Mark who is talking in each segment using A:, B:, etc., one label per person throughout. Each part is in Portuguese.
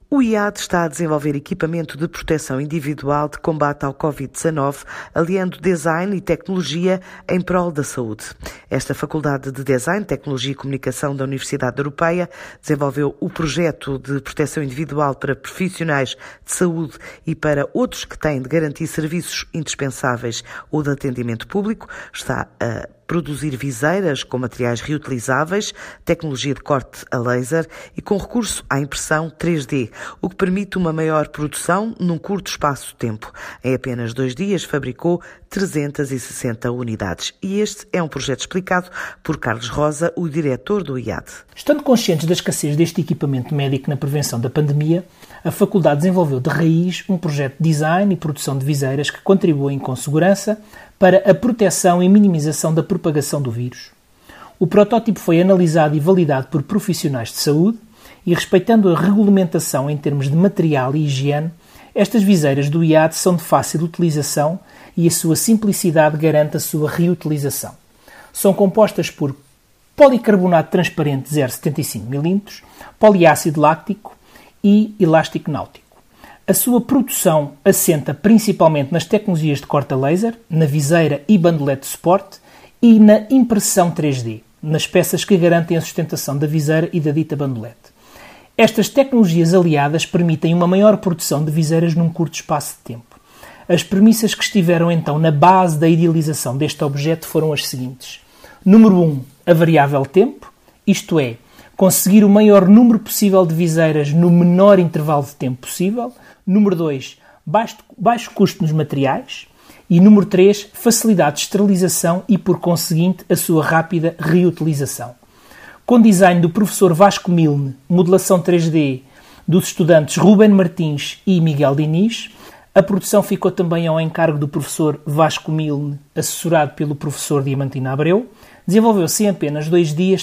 A: O IAD está a desenvolver equipamento de proteção individual de combate ao Covid-19, aliando design e tecnologia em prol da saúde. Esta Faculdade de Design, Tecnologia e Comunicação da Universidade Europeia desenvolveu o projeto de proteção individual para profissionais de saúde e para outros que têm de garantir serviços indispensáveis ou de atendimento público. Está a produzir viseiras com materiais reutilizáveis, tecnologia de corte a laser e com recurso à impressão 3D, o que permite uma maior produção num curto espaço de tempo. Em apenas 2 dias fabricou 360 unidades. E este é um projeto explicado por Carlos Rosa, o diretor do IAD.
B: Estando conscientes da escassez deste equipamento médico na prevenção da pandemia, a Faculdade desenvolveu de raiz um projeto de design e produção de viseiras que contribuem com segurança para a proteção e minimização da propagação do vírus. O protótipo foi analisado e validado por profissionais de saúde e, respeitando a regulamentação em termos de material e higiene, estas viseiras do IAD são de fácil utilização e a sua simplicidade garante a sua reutilização. São compostas por policarbonato transparente 0,75 mm, poliácido láctico e elástico náutico. A sua produção assenta principalmente nas tecnologias de corte a laser, na viseira e bandolete de suporte e na impressão 3D, nas peças que garantem a sustentação da viseira e da dita bandolete. Estas tecnologias aliadas permitem uma maior produção de viseiras num curto espaço de tempo. As premissas que estiveram então na base da idealização deste objeto foram as seguintes. Número 1, a variável tempo, isto é, conseguir o maior número possível de viseiras no menor intervalo de tempo possível. Número 2, baixo custo nos materiais. E número 3, facilidade de esterilização e, por conseguinte, a sua rápida reutilização. Com design do professor Vasco Milne, modelação 3D dos estudantes Ruben Martins e Miguel Diniz, a produção ficou também ao encargo do professor Vasco Milne, assessorado pelo professor Diamantino Abreu. Desenvolveu-se em apenas 2 dias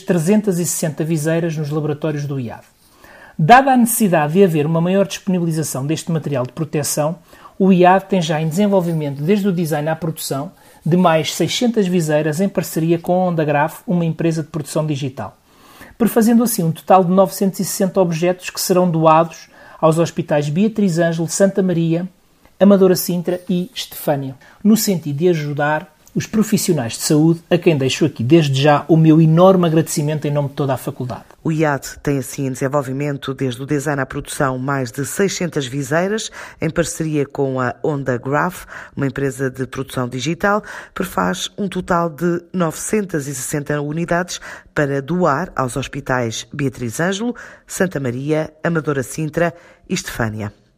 B: 360 viseiras nos laboratórios do IAD. Dada a necessidade de haver uma maior disponibilização deste material de proteção, o IAD tem já em desenvolvimento, desde o design à produção, de mais 600 viseiras em parceria com a Ondagraph, uma empresa de produção digital, prefazendo assim um total de 960 objetos que serão doados aos hospitais Beatriz Ângelo, Santa Maria, Amadora Sintra e Estefânia, no sentido de ajudar os profissionais de saúde, a quem deixo aqui desde já o meu enorme agradecimento em nome de toda a faculdade.
A: O IAD tem assim em desenvolvimento, desde o design à produção, mais de 600 viseiras, em parceria com a Ondagraph, uma empresa de produção digital, prefaz um total de 960 unidades para doar aos hospitais Beatriz Ângelo, Santa Maria, Amadora Sintra e Estefânia.